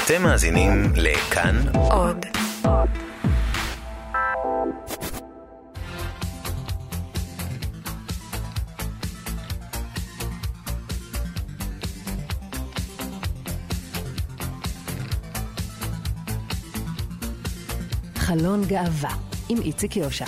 אתם מאזינים לכאן עוד. חלון גאווה עם איציק יושע.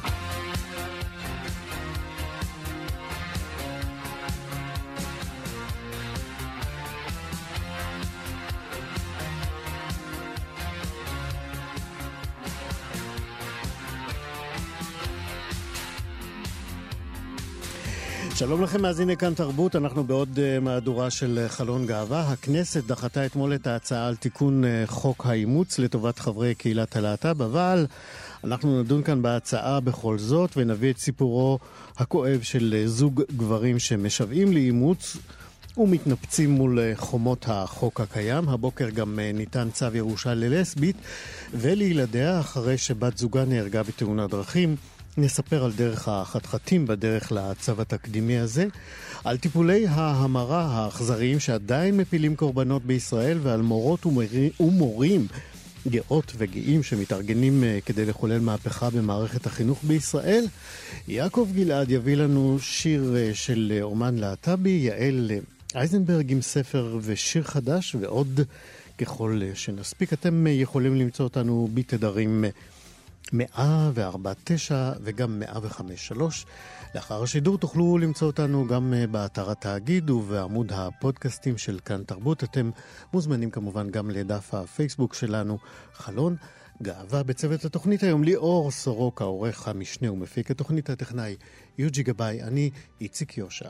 שלום לכם מאזיני כאן תרבות, אנחנו בעוד מהדורה של חלון גאווה. הכנסת דחתה אתמול את ההצעה על תיקון חוק האימוץ לטובת חברי קהילת הלהט"ב, אבל אנחנו נדון כאן בהצעה בכל זאת ונביא את סיפורו הכואב של זוג גברים שמשוועים לאימוץ ומתנפצים מול חומות החוק הקיים. הבוקר גם ניתן צו ירושה ללסבית ולילדיה אחרי שבת זוגה נהרגה בתאונת דרכים. נספר על דרך החתחתים בדרך לצו התקדימי הזה, על טיפולי ההמרה האכזריים שעדיין מפילים קורבנות בישראל, ועל מורות ומורים גאות וגאים שמתארגנים כדי לחולל מהפכה במערכת החינוך בישראל. יעקב גלעד יביא לנו שיר של אומן להט"בי, יעל אייזנברג עם ספר ושיר חדש, ועוד ככל שנספיק. אתם יכולים למצוא אותנו בתדרים 104.9 וגם 105.3. לאחר השידור תוכלו למצוא אותנו גם באתר התאגיד ובעמוד הפודקאסטים של כאן תרבות. אתם מוזמנים כמובן גם לדף הפייסבוק שלנו חלון גאווה. בצוות התוכנית היום ליאור סורוקה, עורך המשנה ומפיק התוכנית, הטכנאי יוג'י גבאי, אני איציק יושע.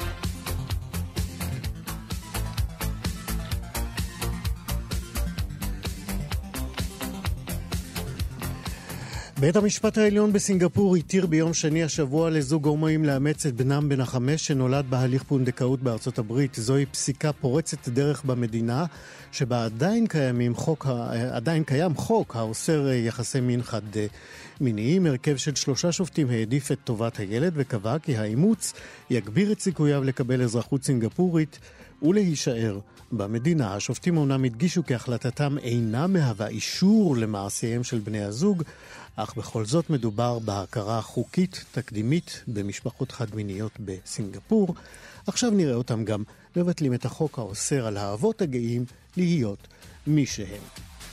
בית המשפט העליון בסינגפור התיר ביום שני השבוע לזוג הומואים לאמץ את בנם בן 5 שנולד בהליך פונדקאות בארצות הברית. זוהי פסיקה פורצת דרך במדינה שבה עדיין קיים חוק האוסר יחסי מין חד מיניים. הרכב של 3 שופטים העדיף את טובת הילד וקבע כי האימוץ יגביר את סיכוייו לקבל אזרחות סינגפורית ולהישאר במדינה. השופטים אומנם הדגישו כי החלטתם אינה מהווה אישור למעשיהם של בני הזוג, אך בכל זאת מדובר בהכרה חוקית תקדימית במשפחות חד-מיניות בסינגפור. עכשיו נראה אותם גם מבטלים את החוק האוסר על האבות הגאים להיות מי שהם.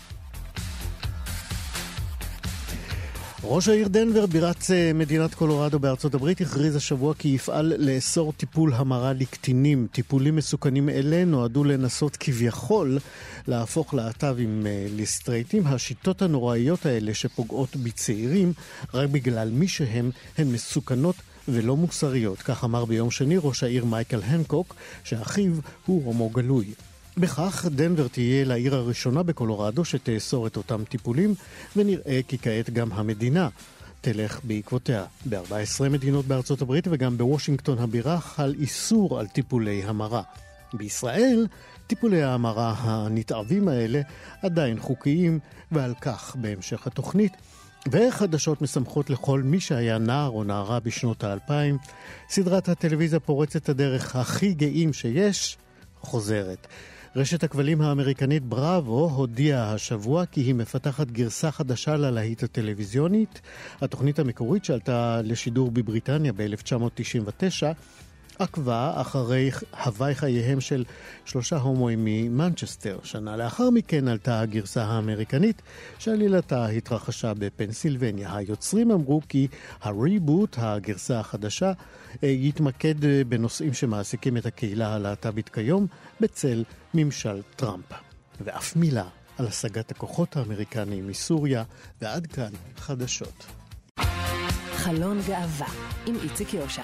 ראש העיר דנבר, בירת מדינת קולורדו בארצות הברית, הכריז השבוע כי יפעל לאסור טיפול המרה לקטינים. טיפולים מסוכנים אלה נועדו לנסות כביכול להפוך להט"בים לסטרייטים. השיטות הנוראיות האלה שפוגעות בצעירים רק בגלל מי שהם, הן מסוכנות ולא מוסריות. כך אמר ביום שני ראש העיר מייקל הנקוק, שאחיו הוא הומו גלוי. בכך דנבר תהיה לעיר הראשונה בקולורדו שתאסור את אותם טיפולים, ונראה כי כעת גם המדינה תלך בעקבותיה. ב-14 מדינות בארצות הברית וגם בוושינגטון הבירה חל איסור על טיפולי המרה. בישראל טיפולי ההמרה הנתעבים האלה עדיין חוקיים, ועל כך בהמשך התוכנית. וחדשות משמחות לכל מי שהיה נער או נערה בשנות ה-2000. סדרת הטלוויזיה פורצת הדרך הכי גאים שיש חוזרת. רשת הכבלים האמריקנית בראבו הודיעה השבוע כי היא מפתחת גרסה חדשה ללהיט הטלוויזיונית. התוכנית המקורית שעלתה לשידור בבריטניה ב-1999 עקבה אחרי הווי חייהם של 3 הומואים ממנצ'סטר. שנה לאחר מכן עלתה הגרסה האמריקנית שעלילתה התרחשה בפנסילבניה. היוצרים אמרו כי הריבוט, הגרסה החדשה, יתמקד בנושאים שמעסיקים את הקהילה הלהט"בית כיום בצל ממשל טראמפ. ואף מילה על השגת הכוחות האמריקניים מסוריה. ועד כאן חדשות. חלון גאווה עם איציק יושע.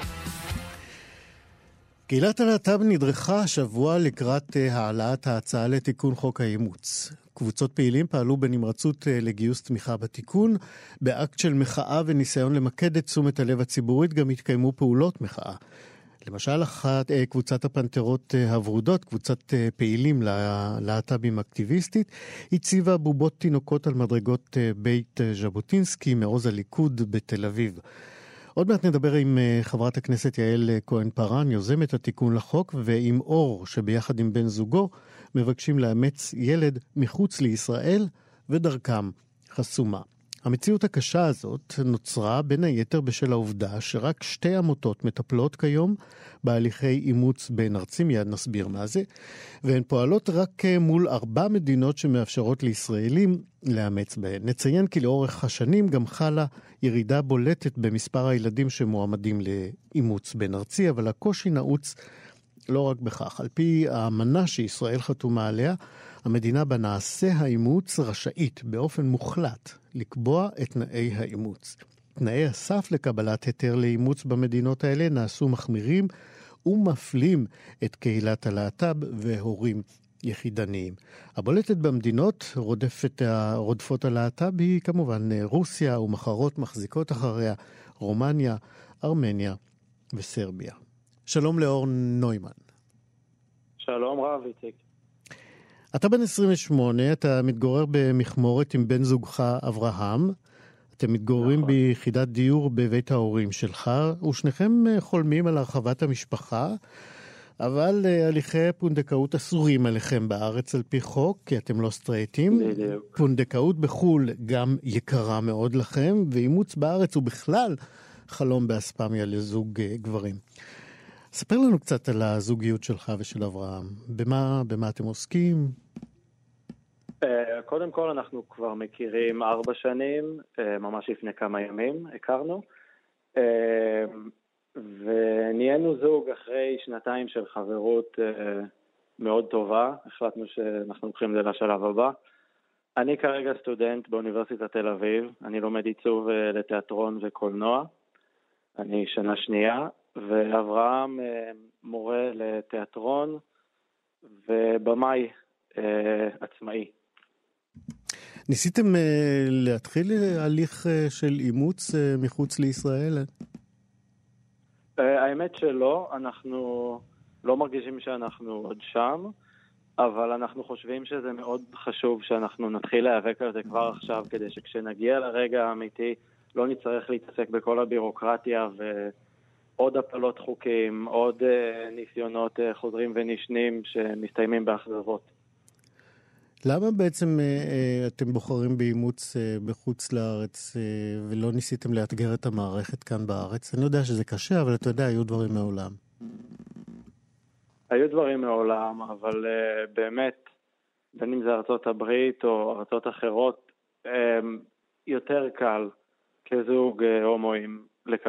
קהילת הלהט"ב נדרכה השבוע לקראת העלאת ההצעה לתיקון חוק האימוץ. קבוצות פעילים פעלו בנמרצות לגיוס תמיכה בתיקון. באקט של מחאה וניסיון למקד את תשומת הלב הציבורית גם התקיימו פעולות מחאה. למשל, קבוצת הפנתרות הוורודות, קבוצת פעילים להט"בים אקטיביסטית, הציבה בובות תינוקות על מדרגות בית ז'בוטינסקי מעוז הליכוד בתל אביב. עוד מעט נדבר עם חברת הכנסת יעל כהן פרן, יוזמת התיקון לחוק, ועם אור שביחד עם בן זוגו מבקשים לאמץ ילד מחוץ לישראל ודרכם חסומה. המציאות הקשה הזאת נוצרה בין היתר בשל העובדה שרק 2 עמותות מטפלות כיום בהליכי אימוץ בין ארצי, מיד נסביר מה זה, והן פועלות רק מול 4 מדינות שמאפשרות לישראלים לאמץ בהן. נציין כי לאורך השנים גם חלה ירידה בולטת במספר הילדים שמועמדים לאימוץ בין ארצי, אבל הקושי נעוץ לא רק בכך. על פי האמנה שישראל חתומה עליה, המדינה בנעשה האימוץ רשאית באופן מוחלט לקבוע את תנאי האימוץ. תנאי הסף לקבלת היתר לאימוץ במדינות האלה נעשו מחמירים ומפלים את קהילת הלהט"ב והורים יחידניים. הבולטת במדינות רודפות הלהט"ב היא כמובן רוסיה, ומחרות מחזיקות אחריה רומניה, ארמניה וסרביה. שלום לאור נוימן. שלום רב, איציק. אתה בן 28, אתה מתגורר במכמורת עם בן זוגך אברהם. אתם מתגוררים ביחידת דיור בבית ההורים שלך, ושניכם חולמים על הרחבת המשפחה, אבל הליכי פונדקאות אסורים עליכם בארץ על פי חוק, כי אתם לא סטרייטים. בדיוק. פונדקאות בחול גם יקרה מאוד לכם, ואימוץ בארץ הוא בכלל חלום באספמיה לזוג גברים. ספר לנו קצת על הזוגיות שלך ושל אברהם. במה אתם עוסקים? קודם כל אנחנו כבר מכירים 4 שנים, ממש לפני כמה ימים הכרנו, ונהיינו זוג אחרי 2 של חברות מאוד טובה. החלטנו שאנחנו הולכים לשלב הבא. אני כרגע סטודנט באוניברסיטת תל אביב, אני לומד עיצוב לתיאטרון וקולנוע, אני שנה שנייה, ואברהם מורה לתיאטרון ובמאי עצמאי. ניסיתם להתחיל הליך של אימוץ מחוץ לישראל? האמת שלא, אנחנו לא מרגישים שאנחנו עוד שם, אבל אנחנו חושבים שזה מאוד חשוב שאנחנו נתחיל להיאבק על זה כבר עכשיו, כדי שכשנגיע לרגע האמיתי לא נצטרך להתעסק בכל הבירוקרטיה ועוד הפלות חוקים, עוד ניסיונות חוזרים ונשנים שמסתיימים באכזבות. למה בעצם אתם בוחרים באימוץ בחוץ לארץ ולא ניסיתם לאתגר את המערכת כאן בארץ? אני יודע שזה קשה, אבל אתה יודע, היו דברים מעולם. היו דברים מעולם, אבל באמת, בין אם זה ארצות הברית או ארצות אחרות, יותר קל כזוג הומואים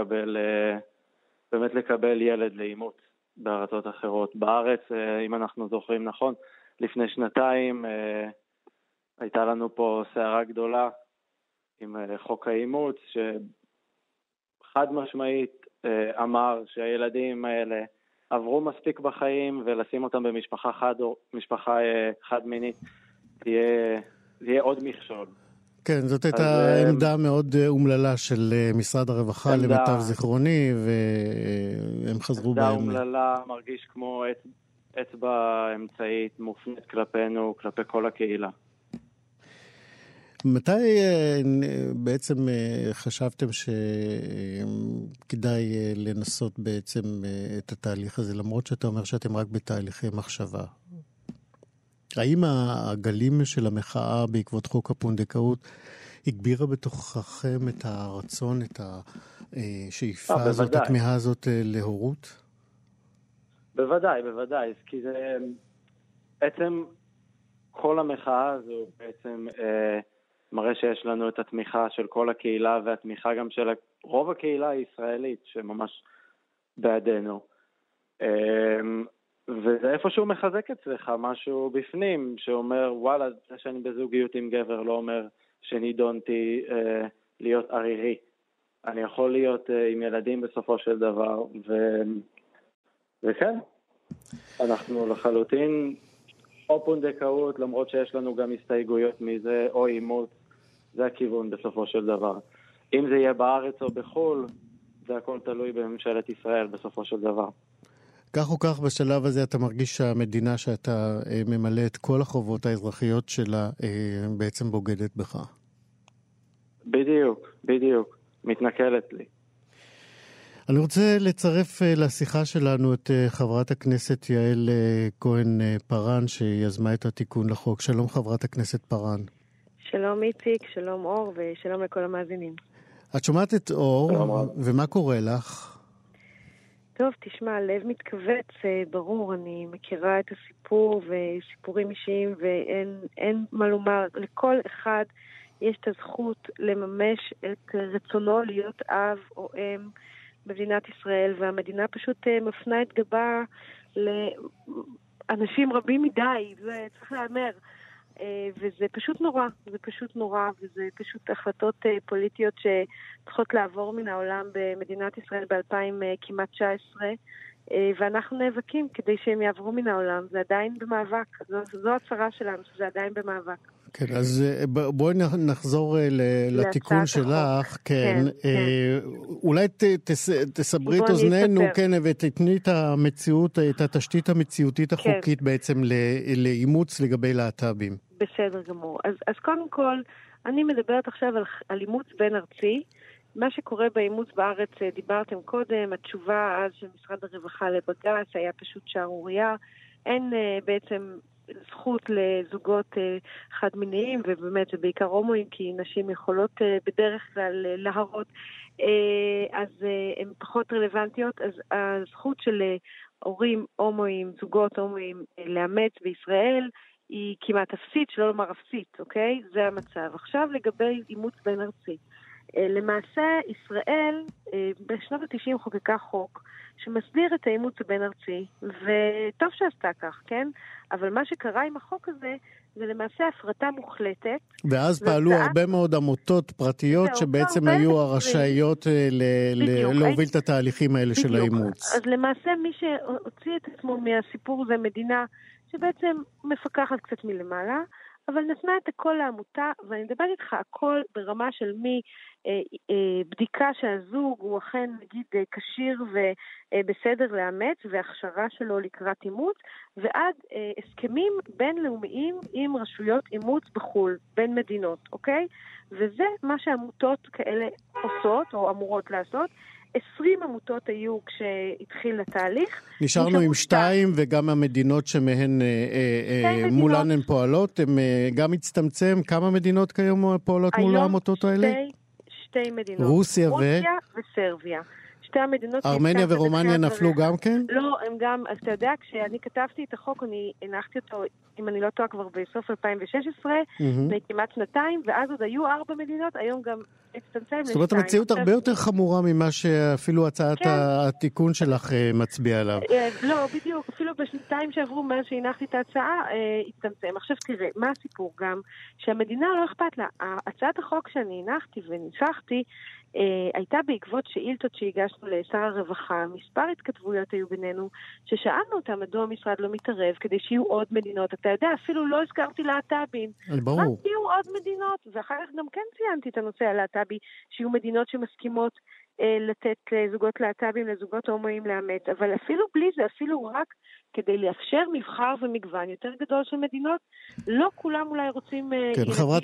באמת לקבל ילד לאימוץ בארצות אחרות. בארץ, אם אנחנו זוכרים נכון, לפני 2 הייתה לנו פה סערה גדולה עם חוק האימוץ, שחד משמעית אמר שהילדים האלה עברו מספיק בחיים, ולשים אותם במשפחה חד מינית תהיה עוד מכשול. כן, זאת הייתה עמדה מאוד אומללה של משרד הרווחה למיטב זיכרוני, והם חזרו בהם. עמדה אומללה מרגיש כמו אצבע אמצעית מופנית כלפינו, כלפי כל הקהילה. מתי בעצם חשבתם שכדאי לנסות בעצם את התהליך הזה, למרות שאתה אומר שאתם רק בתהליכי מחשבה? האם הגלים של המחאה בעקבות חוק הפונדקאות הגבירה בתוככם את הרצון, את השאיפה הזאת, התמיהה הזאת להורות? בוודאי, כי זה בעצם כל המחאה הזו בעצם מראה שיש לנו את התמיכה של כל הקהילה, והתמיכה גם של רוב הקהילה הישראלית שממש בעדנו. וזה איפשהו מחזק אצלך משהו בפנים שאומר, וואלה, זה שאני בזוגיות עם גבר לא אומר שנידונתי להיות ערירי. אני יכול להיות עם ילדים בסופו של דבר, וכן, אנחנו לחלוטין או פונדקאות, למרות שיש לנו גם הסתייגויות מזה, או אימוץ, זה הכיוון בסופו של דבר. אם זה יהיה בארץ או בחול, זה הכל תלוי בממשלת ישראל בסופו של דבר. כך או כך בשלב הזה אתה מרגיש שהמדינה שאתה ממלא את כל החובות האזרחיות שלה בעצם בוגדת בך. בדיוק, מתנכלת לי. אני רוצה לצרף לשיחה שלנו את חברת הכנסת יעל כהן פרן, שיזמה את התיקון לחוק. שלום חברת הכנסת פרן. שלום איציק, שלום אור ושלום לכל המאזינים. את שומעת את אור, ומה קורה לך? טוב, תשמע, הלב מתכווץ, ברור, אני מכירה את הסיפור וסיפורים אישיים ואין מה לומר. לכל אחד יש את הזכות לממש את רצונו להיות אב או אם במדינת ישראל, והמדינה פשוט מפנה את גבה לאנשים רבים מדי, זה צריך לאמר. וזה פשוט נורא, וזה פשוט החלטות פוליטיות שצריכות לעבור מן העולם במדינת ישראל ב-2019, ואנחנו נאבקים כדי שהם יעברו מן העולם. זה עדיין במאבק, זו הצרה שלנו, שזה עדיין במאבק. כן, אז בואי נחזור לתיקון שלך, כן. אולי תסברי את אוזנינו, כן, ותתני את המציאות, את התשתית המציאותית החוקית בעצם לאימוץ לגבי להט"בים. בסדר גמור. אז קודם כל, אני מדברת עכשיו על אימוץ בין ארצי. מה שקורה באימוץ בארץ, דיברתם קודם, התשובה אז של משרד הרווחה לבג"ץ היה פשוט שערוריה. אין בעצם זכות לזוגות חד-מיניים, ובאמת זה בעיקר הומואים, כי נשים יכולות בדרך כלל להרות, אז הן פחות רלוונטיות. אז הזכות של הורים הומואים, זוגות הומואים לאמץ בישראל, היא כמעט אפסית, שלא לומר אפסית, אוקיי? זה המצב. עכשיו לגבי אימוץ בין ארצי. למעשה ישראל בשנות ה-90 חוקקה חוק שמסדיר את האימוץ הבין ארצי, וטוב שעשתה כך, כן? אבל מה שקרה עם החוק הזה זה למעשה הפרטה מוחלטת. ואז פעלו הרבה מאוד עמותות פרטיות שבעצם היו הרשאיות להוביל את התהליכים האלה של האימוץ. אז למעשה מי שהוציא את עצמו מהסיפור זה מדינה שבעצם מפקחת קצת מלמעלה, אבל נתנה את הכל לעמותה, ואני מדברת איתך הכל ברמה של בדיקה שהזוג הוא אכן נגיד כשיר ובסדר לאמץ, והכשרה שלו לקראת אימוץ, ועד הסכמים בינלאומיים עם רשויות אימוץ בחול, בין מדינות, אוקיי? וזה מה שעמותות כאלה עושות או אמורות לעשות. 20 עמותות היו כשהתחיל התהליך. נשארנו עם 2, וגם המדינות שמהן מולן הן פועלות, הן גם הצטמצם. כמה מדינות כיום פועלות מול העמותות האלה? שתי מדינות. רוסיה וסרביה. שתי המדינות... ארמניה ורומניה נפלו גם כן? לא, הם גם, אז אתה יודע, כשאני כתבתי את החוק, אני הנחתי אותו, אם אני לא טועה, כבר בסוף 2016, כמעט 2, ואז עוד היו 4 מדינות, היום גם הצטמצם ל2. זאת אומרת, המציאות הרבה יותר חמורה ממה שאפילו הצעת התיקון שלך מצביע עליו. לא, בדיוק, אפילו בשנתיים שעברו מאז שהנחתי את ההצעה, הצטמצם. עכשיו תראה, מה הסיפור גם? שהמדינה לא אכפת לה. הצעת החוק שאני הנחתי וניסחתי, הייתה בעקבות שאילתות שהגשנו לשר הרווחה. מספר התכתבויות היו בינינו, ששאלנו אותם מדוע המשרד לא מתערב כדי שיהיו עוד מדינות. אתה יודע, אפילו לא הזכרתי להט"בים. ברור. רק יהיו עוד מדינות, ואחר כך גם כן ציינתי את הנושא הלהט"בי, שיהיו מדינות שמסכימות לתת לזוגות להט"בים, לזוגות הומואים לאמץ, אבל אפילו בלי זה, אפילו רק כדי לאפשר מבחר ומגוון יותר גדול של מדינות, לא כולם אולי רוצים... כן, חברת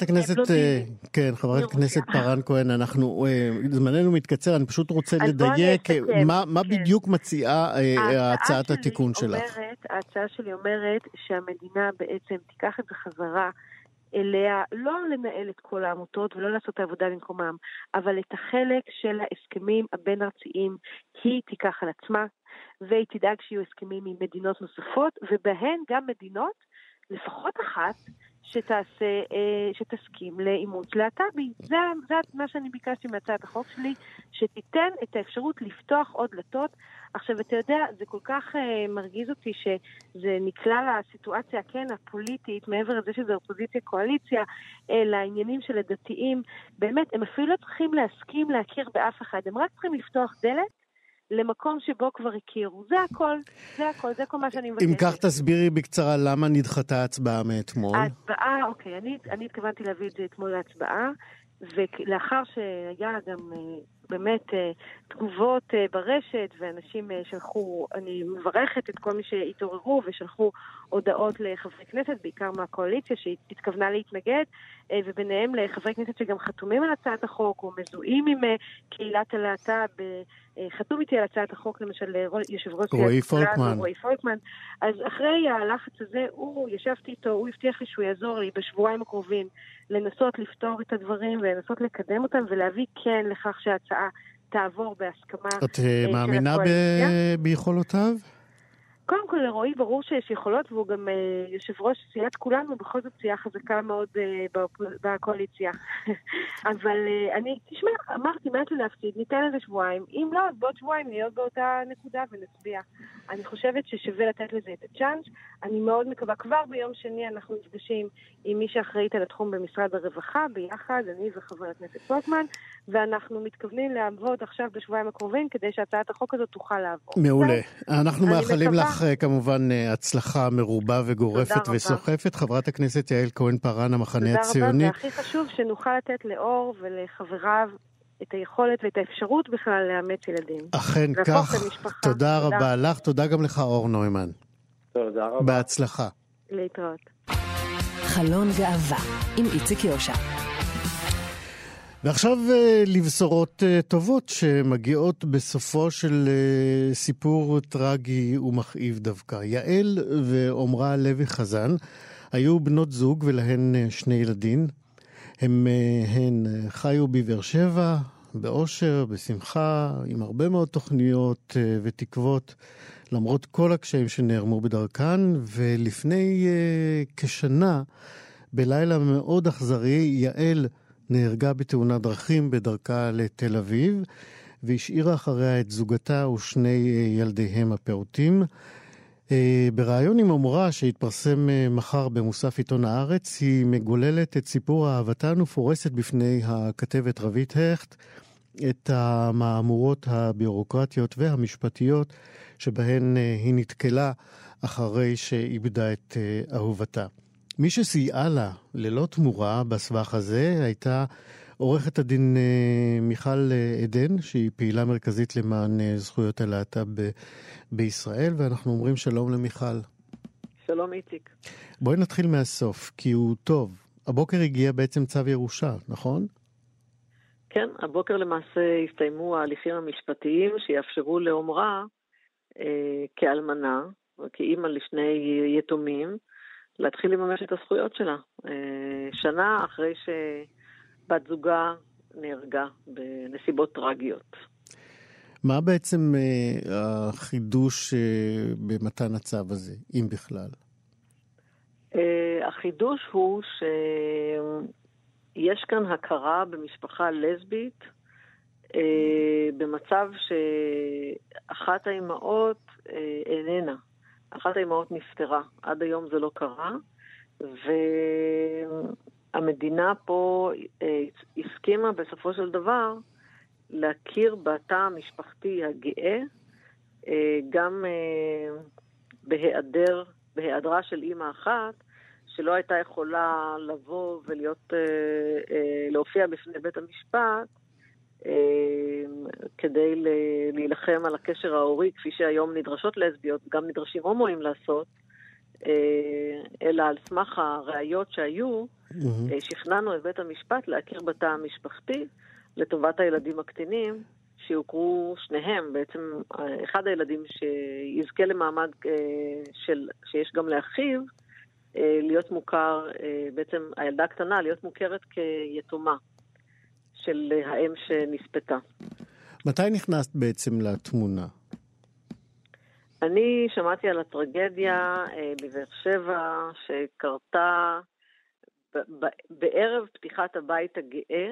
הכנסת פרן כהן, זמננו מתקצר, אני פשוט רוצה לדייק, מה בדיוק מציעה הצעת התיקון שלך? ההצעה שלי אומרת שהמדינה בעצם תיקח את זה חזרה אליה, לא לנהל את כל העמותות ולא לעשות את העבודה במקומם, אבל את החלק של ההסכמים הבין ארציים היא תיקח על עצמה, והיא תדאג שיהיו הסכמים עם מדינות נוספות, ובהן גם מדינות, לפחות אחת, שתסכים לאימוץ להט"בי. זה מה שאני ביקשתי מהצעת החוק שלי, שתיתן את האפשרות לפתוח עוד דלתות. עכשיו, אתה יודע, זה כל כך מרגיז אותי שזה נקלע לסיטואציה, כן, הפוליטית, מעבר לזה שזה אופוזיציה קואליציה, לעניינים של הדתיים. באמת, הם אפילו לא צריכים להכיר באף אחד, הם רק צריכים לפתוח דלת, למקום שבו כבר הכירו. זה הכל, זה כל מה שאני מבקשת. אם כך תסבירי בקצרה למה נדחתה ההצבעה מאתמול. ההצבעה, אוקיי, אני התכוונתי להביא את זה אתמול להצבעה, ולאחר שהיה גם באמת תגובות ברשת, ואנשים שלחו, אני מברכת את כל מי שהתעוררו ושלחו הודעות לחברי כנסת, בעיקר מהקואליציה שהתכוונה להתנגד, וביניהם לחברי כנסת שגם חתומים על הצעת החוק או מזוהים עם קהילת הלהט"ב. חתום איתי על הצעת החוק, למשל יושב ראש רועי פולקמן. אז אחרי הלחץ הזה, ישבתי איתו, הוא הבטיח לי שהוא יעזור לי בשבועיים הקרובים לנסות לפתור את הדברים ולנסות לקדם אותם ולהביא כן לכך שההצעה תעבור בהסכמה של הקואליציה. את מאמינה ביכולותיו? קודם כל לרועי ברור שיש יכולות, והוא גם יושב ראש סיעת כולנו, בכל זאת סיעה חזקה מאוד בקואליציה. אבל תשמע, אמרתי, מה יש לי להפסיד? ניתן לזה שבועיים. אם לא, אז בעוד שבועיים נהיה באותה נקודה ונצביע. אני חושבת ששווה לתת לזה את הצ'אנס. אני מאוד מקווה, כבר ביום שני אנחנו נפגשים עם מי שאחראית על התחום במשרד הרווחה, ביחד, אני וחבר הכנסת פולקמן, ואנחנו מתכוונים לעבוד עכשיו בשבועיים הקרובים, כדי שהצעת החוק הזאת תוכל לעבור. מעולה. אנחנו מאחלים לך כמובן הצלחה מרובה וגורפת וסוחפת. חברת הכנסת יעל כהן-פארן, המחנה הציוני. תודה רבה, והכי חשוב שנוכל לתת לאור ולחבריו את היכולת ואת האפשרות בכלל לאמץ ילדים. אכן כך. תודה רבה לך, תודה גם לך אור נוימן. תודה רבה. בהצלחה. להתראות. חלון גאווה עם איציק יושע. ועכשיו לבשורות טובות שמגיעות בסופו של סיפור טרגי ומכאיב דווקא. יעל ועומרה לוי חזן היו בנות זוג ולהן שני ילדים. הן חיו בבאר שבע, באושר, בשמחה, עם הרבה מאוד תוכניות ותקוות, למרות כל הקשיים שנערמו בדרכן. ולפני כשנה, בלילה מאוד אכזרי, יעל נהרגה בתאונת דרכים בדרכה לתל אביב, והשאירה אחריה את זוגתה ושני ילדיהם הפעוטים. ברעיון עם עומרה שהתפרסם מחר במוסף עיתון הארץ, היא מגוללת את סיפור אהבתן ופורסת בפני הכתבת רבית הכט את המאמורות הביורוקרטיות והמשפטיות שבהן היא נתקלה אחרי שאיבדה את אהובתה. מי שסייעה לה ללא תמורה בסבך הזה הייתה עורכת הדין מיכל עדן, שהיא פעילה מרכזית למען זכויות הלהט"ב בישראל, ואנחנו אומרים שלום למיכל. שלום איציק. בואי נתחיל מהסוף, כי הוא טוב. הבוקר הגיע בעצם צו ירושה, נכון? כן, הבוקר למעשה הסתיימו ההליכים המשפטיים שיאפשרו לעומרה כאלמנה, כאימא לשני יתומים, להתחיל לממש את הזכויות שלה. שנה אחרי שבת זוגה נהרגה בנסיבות טרגיות. מה בעצם החידוש במתן הצו הזה, אם בכלל? החידוש הוא שיש כאן הכרה במשפחה לסבית, במצב שאחת האימהות איננה. אחת האימהות נפטרה. עד היום זה לא קרה. והמדינה פה הסכימה בסופו של דבר להכיר בתא המשפחתי הגאה, גם בהיעדרה של אימא אחת, שלא הייתה יכולה לבוא ולהיות, להופיע בפני בית המשפט, כדי להילחם על הקשר ההורי, כפי שהיום נדרשות לסביות, גם נדרשים הומואים לעשות, אלא על סמך הראיות שהיו, שכנענו את בית המשפט להכיר בתא המשפחתי, לטובת הילדים הקטינים, שיוכרו שניהם, בעצם אחד הילדים שיזכה למעמד שיש גם לאחיו, להיות מוכר, בעצם הילדה הקטנה להיות מוכרת כיתומה של האם שנספתה. מתי נכנסת בעצם לתמונה? אני שמעתי על הטרגדיה בבאר שבע שקרתה בערב פתיחת הבית הגאה,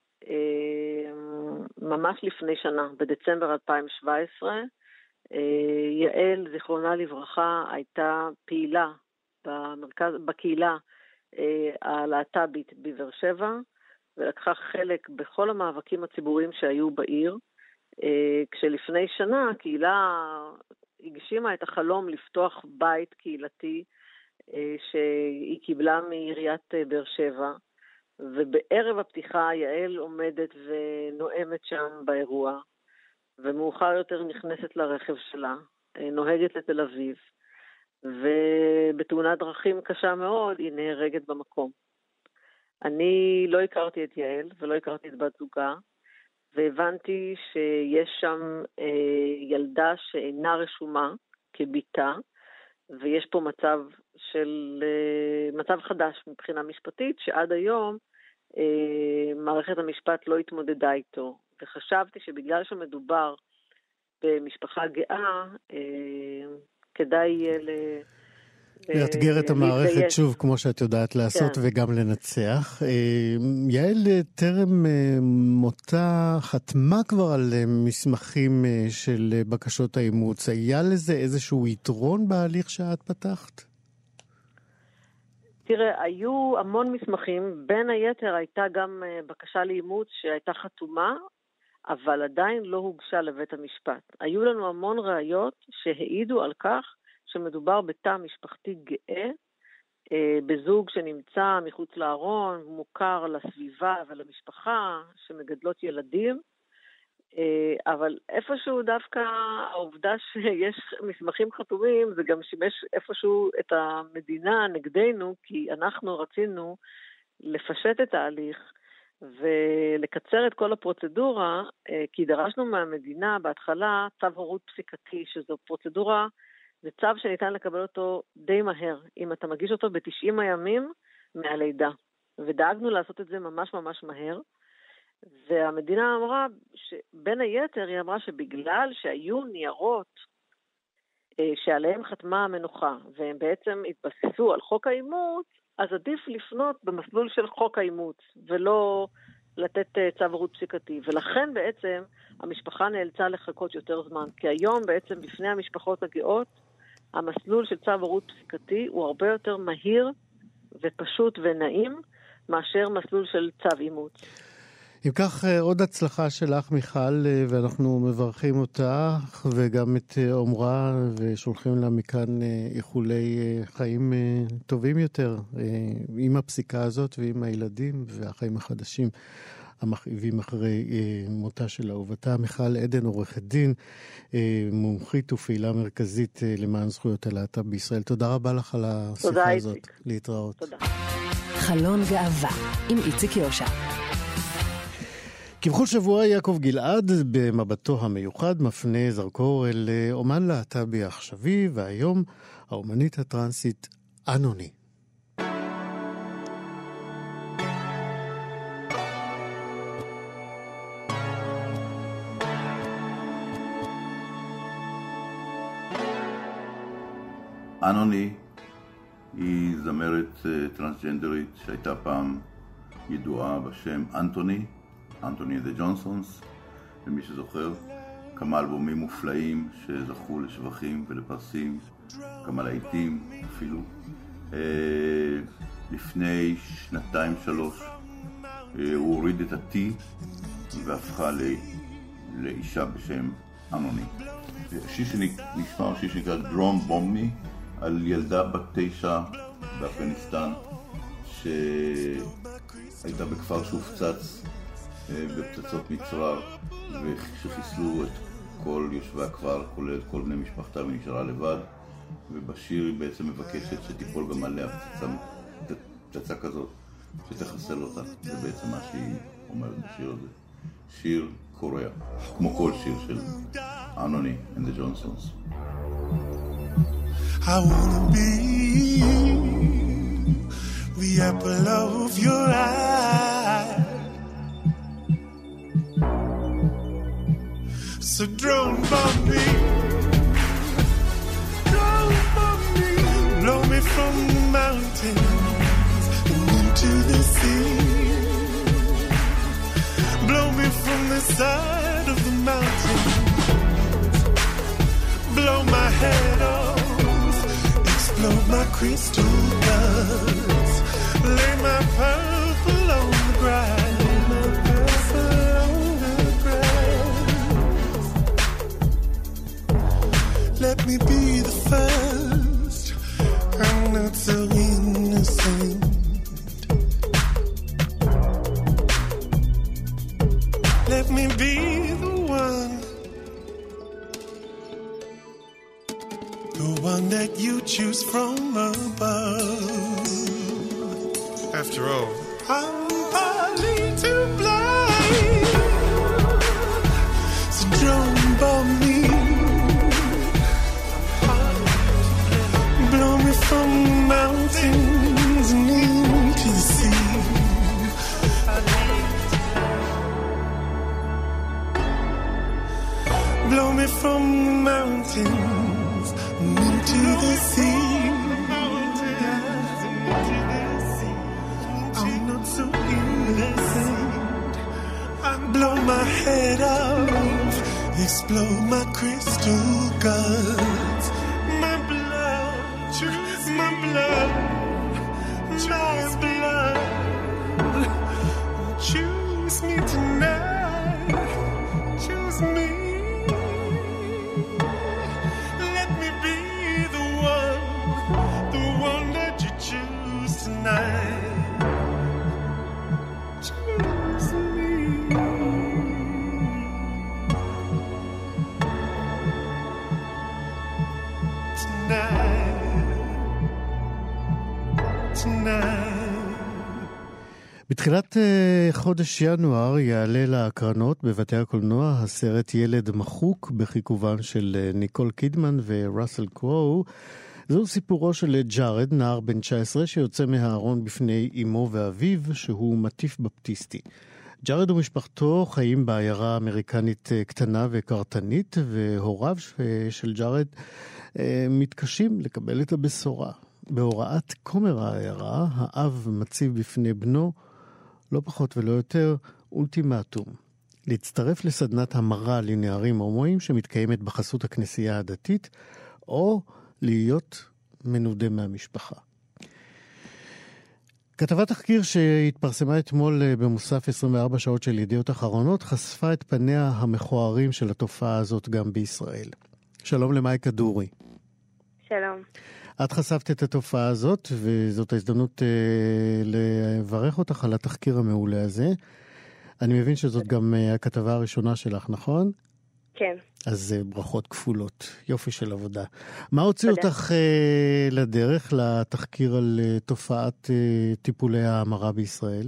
ממש לפני שנה, בדצמבר 2017. יעל, זיכרונה לברכה, הייתה פעילה בקהילה הלהט"בית בבאר שבע, ולקחה חלק בכל המאבקים הציבוריים שהיו בעיר, כשלפני שנה הקהילה הגשימה את החלום לפתוח בית קהילתי שהיא קיבלה מעיריית באר שבע, ובערב הפתיחה יעל עומדת ונואמת שם באירוע, ומאוחר יותר נכנסת לרכב שלה, נוהגת לתל אביב, ובתאונת דרכים קשה מאוד היא נהרגת במקום. אני לא הכרתי את יעל ולא הכרתי את בת זוגה, והבנתי שיש שם ילדה שאינה רשומה כביתה, ויש פה מצב חדש מבחינה משפטית, שעד היום מערכת המשפט לא התמודדה איתו. וחשבתי שבגלל שמדובר במשפחה גאה, כדאי לאתגר את המערכת שוב, כמו שאת יודעת לעשות, כן. וגם לנצח. יעל טרם מותה חתמה כבר על מסמכים של בקשות האימוץ. היה לזה איזשהו יתרון בהליך שאת פתחת? תראה, היו המון מסמכים, בין היתר הייתה גם בקשה לאימוץ שהייתה חתומה, אבל עדיין לא הוגשה לבית המשפט. היו לנו המון ראיות שהעידו על כך שמדובר בתא משפחתי גאה, בזוג שנמצא מחוץ לארון, מוכר לסביבה ולמשפחה, שמגדלות ילדים, אבל איפשהו דווקא העובדה שיש מסמכים חתומים, זה גם שימש איפשהו את המדינה נגדנו, כי אנחנו רצינו לפשט את ההליך, ולקצר את כל הפרוצדורה, כי דרשנו מהמדינה בהתחלה צו הורות פסיקתי, שזו פרוצדורה, זה צו שניתן לקבל אותו די מהר, אם אתה מגיש אותו ב-90 הימים מהלידה. ודאגנו לעשות את זה ממש ממש מהר, והמדינה אמרה, בין היתר היא אמרה שבגלל שהיו ניירות שעליהם חתמה המנוחה, והם בעצם התבססו על חוק האימוץ, אז עדיף לפנות במסלול של חוק האימוץ, ולא לתת צו הורות פסיקתי. ולכן בעצם המשפחה נאלצה לחכות יותר זמן, כי היום בעצם בפני המשפחות הגאות, המסלול של צו הורות פסיקתי הוא הרבה יותר מהיר ופשוט ונעים, מאשר מסלול של צו אימוץ. אם כך, עוד הצלחה שלך, מיכל, ואנחנו מברכים אותך וגם את עומרה, ושולחים לה מכאן איחולי חיים טובים יותר עם הפסיקה הזאת ועם הילדים והחיים החדשים המכאיבים אחרי מותה של אהובתה. מיכל עדן, עורכת דין, מומחית ופעילה מרכזית למען זכויות הלהט"ב בישראל. תודה רבה לך על השיחה הזאת. להתראות. תודה. חלון גאווה עם איציק יושע. כבכל שבוע יעקב גלעד במבטו המיוחד מפנה זרקור אל אומן להט"בי עכשווי, והיום האומנית הטרנסית אנוני. אנוני היא זמרת טרנסג'נדרית שהייתה פעם ידועה בשם אנטוני דה ג'ונסונס, ומי שזוכר, כמה אלבומים מופלאים שזכו לשבחים ולפרסים, כמה להיטים אפילו. לפני 2-3 הוא הוריד את ה-T והפכה לאישה בשם אנוני. השיר שנשמע, השיר שנקרא דרום בומבי, על ילדה בת 9 באפגניסטן שהייתה בכפר שהופצץ בפצצות מצרר, וכשחיסלו את כל יושבי הכפר, כולל את כל בני משפחתה, ונשארה לבד. ובשיר היא בעצם מבקשת שתיפול גם עליה פצצה כזאת שתחסל אותה. זה בעצם מה שהיא אומרת בשיר הזה. שיר קורע, כמו כל שיר של אנוני and the Johnsons. I wanna be the apple of your eye. So drone bomb me, blow me from the mountains and into the sea. Blow me from the side of the mountain, blow my head off, explode my crystal guts, lay my purple on the ground. Let me be the first. I'm not so innocent. After all, I'm partly too blind. So don't bomb me. Blow me from the mountains and into the sea. Blow me from the mountains and into the sea. I'm not so innocent. I blow my head off, explode my crystal guts. My blood, my blood, my blood. Choose me tonight, choose me. Let me be the one that you choose tonight. Choose me. בתחילת חודש ינואר יעלה להקרנות בבתי הקולנוע הסרט ילד מחוק בחיכובן של ניקול קידמן וראסל קרו. זהו סיפורו של ג'ארד, נער בן 19 שיוצא מהארון בפני אמו ואביו שהוא מטיף בפטיסטי. ג'ארד ומשפחתו חיים בעיירה אמריקנית קטנה וקרטנית, והוריו של ג'ארד מתקשים לקבל את הבשורה. בהוראת כומר העיירה, האב מציב בפני בנו לא פחות ולא יותר אולטימטום. להצטרף לסדנת המרה לנערים הומואים שמתקיימת בחסות הכנסייה הדתית, או להיות מנודה מהמשפחה. כתבת תחקיר שהתפרסמה אתמול במוסף 24 שעות של ידיעות אחרונות חשפה את פניה המכוערים של התופעה הזאת גם בישראל. שלום למאי כדורי. שלום. את חשפת את התופעה הזאת, וזאת ההזדמנות לברך אותך על התחקיר המעולה הזה. אני מבין שזאת גם הכתבה הראשונה שלך, נכון? כן. אז ברכות כפולות, יופי של עבודה. מה הוציא אותך לדרך לתחקיר על תופעת טיפולי ההמרה בישראל?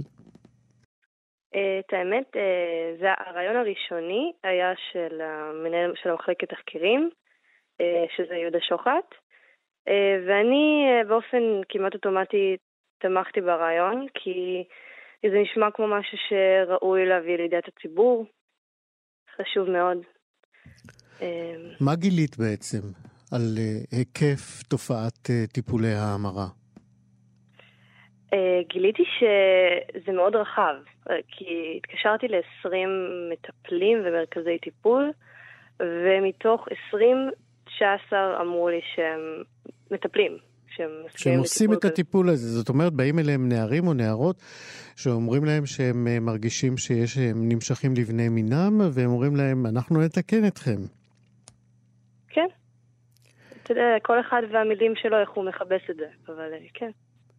את האמת, זה הרעיון הראשוני היה של המנהל של המחלקת תחקירים, שזה יהודה שוחט, ואני באופן כמעט אוטומטי תמכתי ברעיון, כי זה נשמע כמו משהו שראוי להביא לידיעת הציבור, חשוב מאוד. מה גילית בעצם על היקף תופעת טיפולי ההמרה? גיליתי שזה מאוד רחב, כי התקשרתי ל-20 מטפלים ומרכזי טיפול, ומתוך 20, 19 אמרו לי שהם מטפלים. שהם עושים את הטיפול הזה, זאת אומרת, באים אליהם נערים או נערות, שאומרים להם שהם מרגישים שהם נמשכים לבני מינם, והם אומרים להם, אנחנו נתקן אתכם. כן. אתה יודע, כל אחד והמילים שלו, איך הוא מחבש את זה, אבל כן.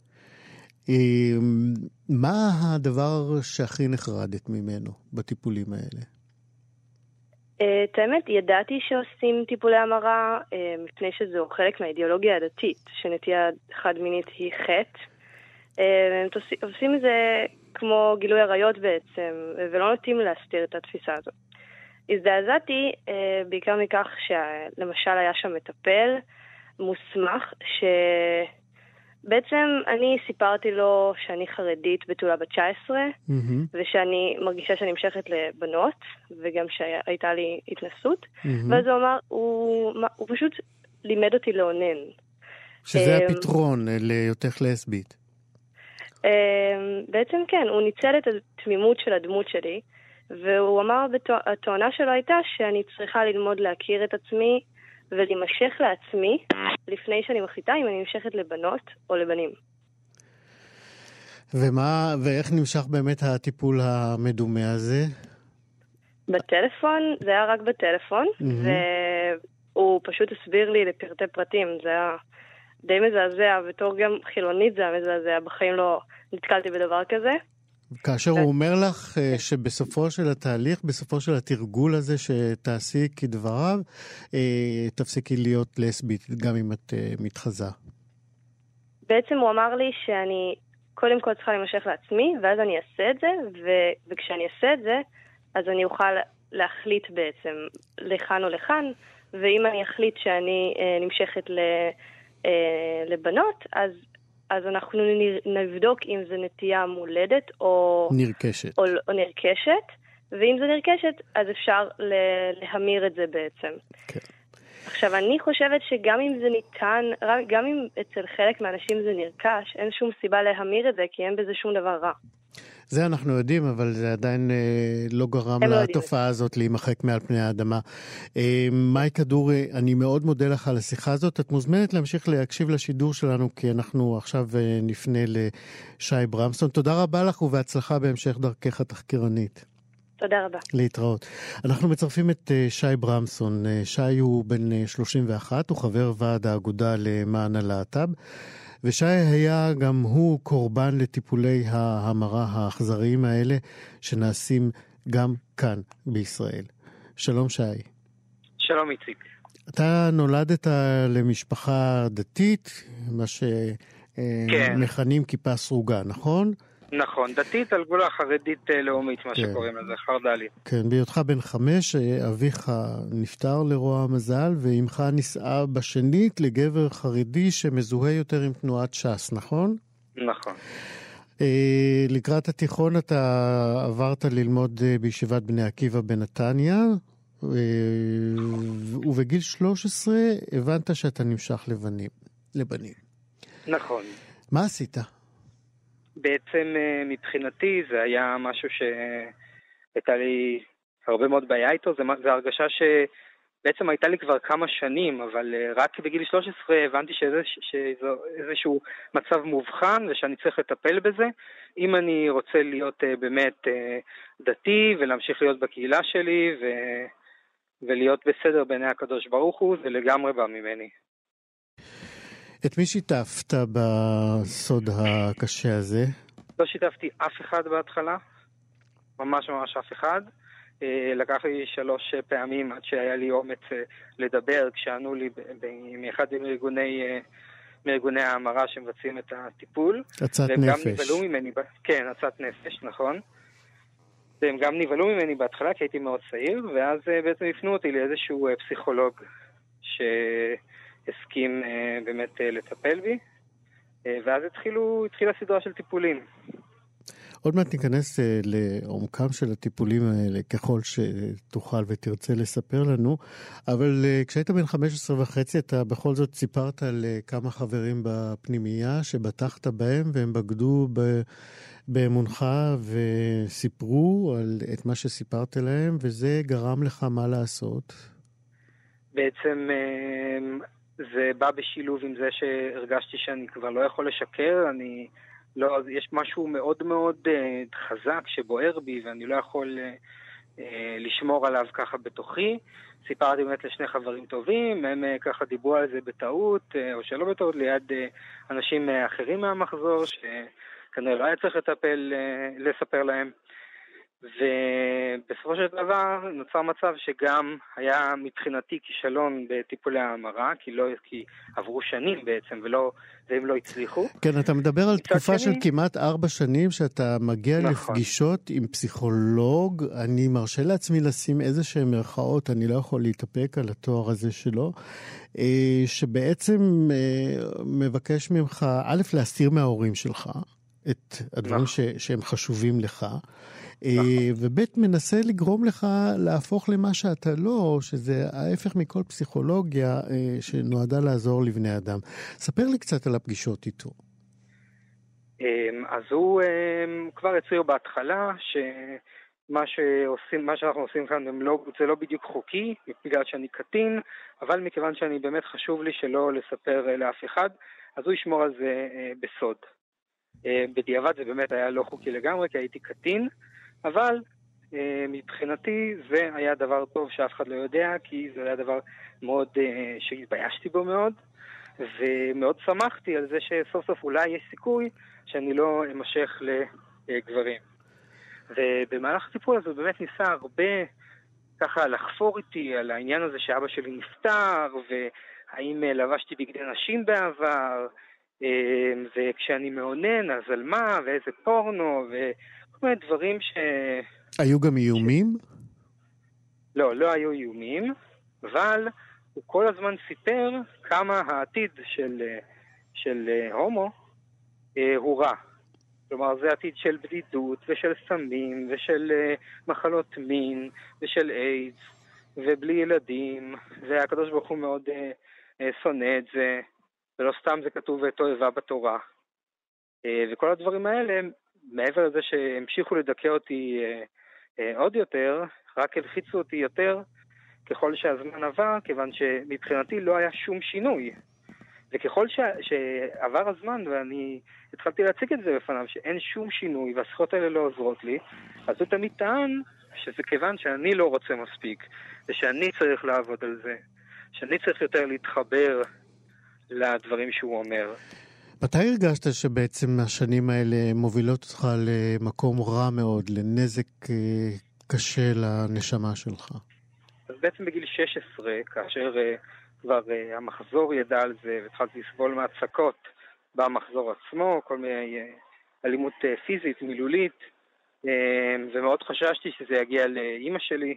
מה הדבר שהכי נחרדת ממנו בטיפולים האלה? את האמת, ידעתי שעושים טיפולי המרה, מפני שזהו חלק מהאידיאולוגיה הדתית, שנטייה חד מינית היא חטא. הם עושים את זה כמו גילוי עריות בעצם, ולא נוטים להסתיר את התפיסה הזאת. הזדעזעתי בעיקר מכך שלמשל היה שם מטפל מוסמך, שבעצם אני סיפרתי לו שאני חרדית בתולה בת 19, ושאני מרגישה שאני המשכת לבנות, וגם שהייתה לי התנסות, ואז הוא אמר, הוא פשוט לימד אותי לעונן. שזה הפתרון להיותך לסבית. בעצם כן, הוא ניצל את התמימות של הדמות שלי, והוא אמר, התואנה שלו הייתה שאני צריכה ללמוד להכיר את עצמי, ולהימשך לעצמי, לפני שאני מחליטה אם אני נמשכת לבנות או לבנים. ואיך נמשך באמת הטיפול המדומה הזה? בטלפון, זה היה רק בטלפון, והוא פשוט הסביר לי לפרטי פרטים, זה היה די מזעזע, בתור גם חילונית זה היה מזעזע, בחיים לא נתקלתי בדבר כזה. כאשר הוא אומר לך שבסופו של התהליך, בסופו של התרגול הזה שתעשי כדבריו, תפסיקי להיות לסבית, גם אם את מתחזה. בעצם הוא אמר לי שאני קודם כל צריכה להימשך לעצמי, ואז אני אעשה את זה, וכשאני אעשה את זה, אז אני אוכל להחליט בעצם לכאן או לכאן, ואם אני אחליט שאני נמשכת לבנות, אז אנחנו נבדוק אם זה נטייה מולדת או נרכשת. או נרכשת, ואם זה נרכשת, אז אפשר להמיר את זה בעצם. כן. עכשיו, אני חושבת שגם אם זה ניתן, גם אם אצל חלק מהאנשים זה נרכש, אין שום סיבה להמיר את זה, כי אין בזה שום דבר רע. זה אנחנו יודעים, אבל זה עדיין לא גרם לתופעה הזאת להימחק מעל פני האדמה. מאי כדורי, אני מאוד מודה לך על השיחה הזאת. את מוזמנת להמשיך להקשיב לשידור שלנו, כי אנחנו עכשיו נפנה לשי ברמסון. תודה רבה לך ובהצלחה בהמשך דרכך התחקירנית. תודה רבה. להתראות. אנחנו מצרפים את שי ברמסון. שי הוא בן 31, הוא חבר ועד האגודה למען הלהט"ב, ושי היה גם הוא קורבן לטיפולי ההמרה האכזריים האלה שנעשים גם כאן בישראל. שלום שי. שלום איציק. אתה נולדת למשפחה דתית, מה שמכנים כיפה סרוגה, נכון? נכון, דתית על גבול החרדית לאומית, מה שקוראים לזה, חרד"לית. כן, בהיותך בן 5, אביך נפטר לרוע המזל, ואמך נישאה בשנית לגבר חרדי שמזוהה יותר עם תנועת ש"ס, נכון? נכון. לקראת התיכון אתה עברת ללמוד בישיבת בני עקיבא בנתניה, ובגיל 13 הבנת שאתה נמשך לבנים. נכון. מה עשית? בעצם מבחינתי זה היה משהו שהייתה לי הרבה מאוד בעיה איתו, זה הרגשה שבעצם הייתה לי כבר כמה שנים, אבל רק בגיל 13 הבנתי שזה איזשהו מצב מובחן ושאני צריך לטפל בזה. אם אני רוצה להיות באמת דתי ולהמשיך להיות בקהילה שלי ולהיות בסדר בעיני הקדוש ברוך הוא, זה לגמרי בא ממני. את מי שיתפת בסוד הקשה הזה? לא שיתפתי אף אחד בהתחלה, ממש אף אחד. לקח לי 3 פעמים עד שהיה לי אומץ לדבר, כשענו לי מאחד מארגוני ההמרה שמבצעים את הטיפול. הצעת נפש. גם נבלו ממני, כן, הצעת נפש, נכון. והם גם נבלו ממני בהתחלה, כי הייתי מאוד צעיר, ואז בעצם הפנו אותי לאיזשהו פסיכולוג הסכים באמת לטפל בי, ואז התחילה סדרה של טיפולים. עוד מעט ניכנס לעומקם של הטיפולים האלה, ככל שתוכל ותרצה לספר לנו, אבל כשהיית בן 15 וחצי, אתה בכל זאת סיפרת על כמה חברים בפנימייה שבטחת בהם, והם בגדו באמונך וסיפרו את מה שסיפרת להם, וזה גרם לך מה לעשות? בעצם זה בא בשילוב עם זה שהרגשתי שאני כבר לא יכול לשקר, יש משהו מאוד מאוד חזק שבוער בי ואני לא יכול לשמור עליו ככה בתוכי. סיפרתי באמת לשני חברים טובים, הם ככה דיברו על זה בטעות או שלא בטעות ליד אנשים אחרים מהמחזור שכנראה לא היה צריך לספר להם. ובסופו של דבר נוצר מצב שגם היה מבחינתי כישלון בטיפולי ההמרה, כי עברו שנים בעצם והם לא הצליחו. כן, אתה מדבר על תקופה של כמעט 4 שנים שאתה מגיע נכון. לפגישות עם פסיכולוג, אני מרשה לעצמי לשים איזשהם מרכאות, אני לא יכול להתאפק על התואר הזה שלו, שבעצם מבקש ממך, א', להסתיר מההורים שלך את הדברים שהם חשובים לך, ובית מנסה לגרום לך להפוך למה שאתה לא, שזה ההפך מכל פסיכולוגיה שנועדה לעזור לבני אדם. ספר לי קצת על הפגישות איתו. אז הוא כבר הצהיר בהתחלה שמה שאנחנו עושים כאן זה לא בדיוק חוקי, בגלל שאני קטין, אבל מכיוון שאני באמת חשוב לי שלא לספר לאף אחד, אז הוא ישמור על זה בסוד. בדיעבד זה באמת היה לא חוקי לגמרי, כי הייתי קטין, אבל מבחינתי זה היה דבר טוב שאף אחד לא יודע, כי זה היה דבר מאוד שהתביישתי בו מאוד, ומאוד שמחתי על זה שסוף סוף אולי יש סיכוי שאני לא אמשך לגברים. ובמהלך הטיפול הזה באמת ניסה הרבה ככה לחפור איתי על העניין הזה שאבא שלי נפטר, והאם לבשתי בגדי נשים בעבר, וכשאני מעונן, אז על מה, ואיזה פורנו, וכל מיני דברים היו גם איומים? לא היו איומים, אבל הוא כל הזמן סיפר כמה העתיד של הומו הוא רע. כלומר, זה עתיד של בדידות ושל סמים ושל מחלות מין ושל איידס ובלי ילדים, והקדוש ברוך הוא מאוד שונא את זה, ולא סתם זה כתוב תועבה בתורה. וכל הדברים האלה, מעבר לזה שהמשיכו לדכא אותי עוד יותר, רק הלחיצו אותי יותר ככל שהזמן עבר, כיוון שמבחינתי לא היה שום שינוי. וככל שעבר הזמן ואני התחלתי להציג את זה בפניו, שאין שום שינוי והשיחות האלה לא עוזרות לי, אז הוא תמיד טען שזה כיוון שאני לא רוצה מספיק, ושאני צריך לעבוד על זה, שאני צריך יותר להתחבר לדברים שהוא אומר. מתי הרגשת שבעצם השנים האלה מובילות אותך למקום רע מאוד, לנזק קשה לנשמה שלך? אז בעצם בגיל 16, כאשר כבר המחזור ידע על זה, והתחלתי לסבול מהצקות במחזור עצמו, כל מיני אלימות פיזית, מילולית, ומאוד חששתי שזה יגיע לאמא שלי,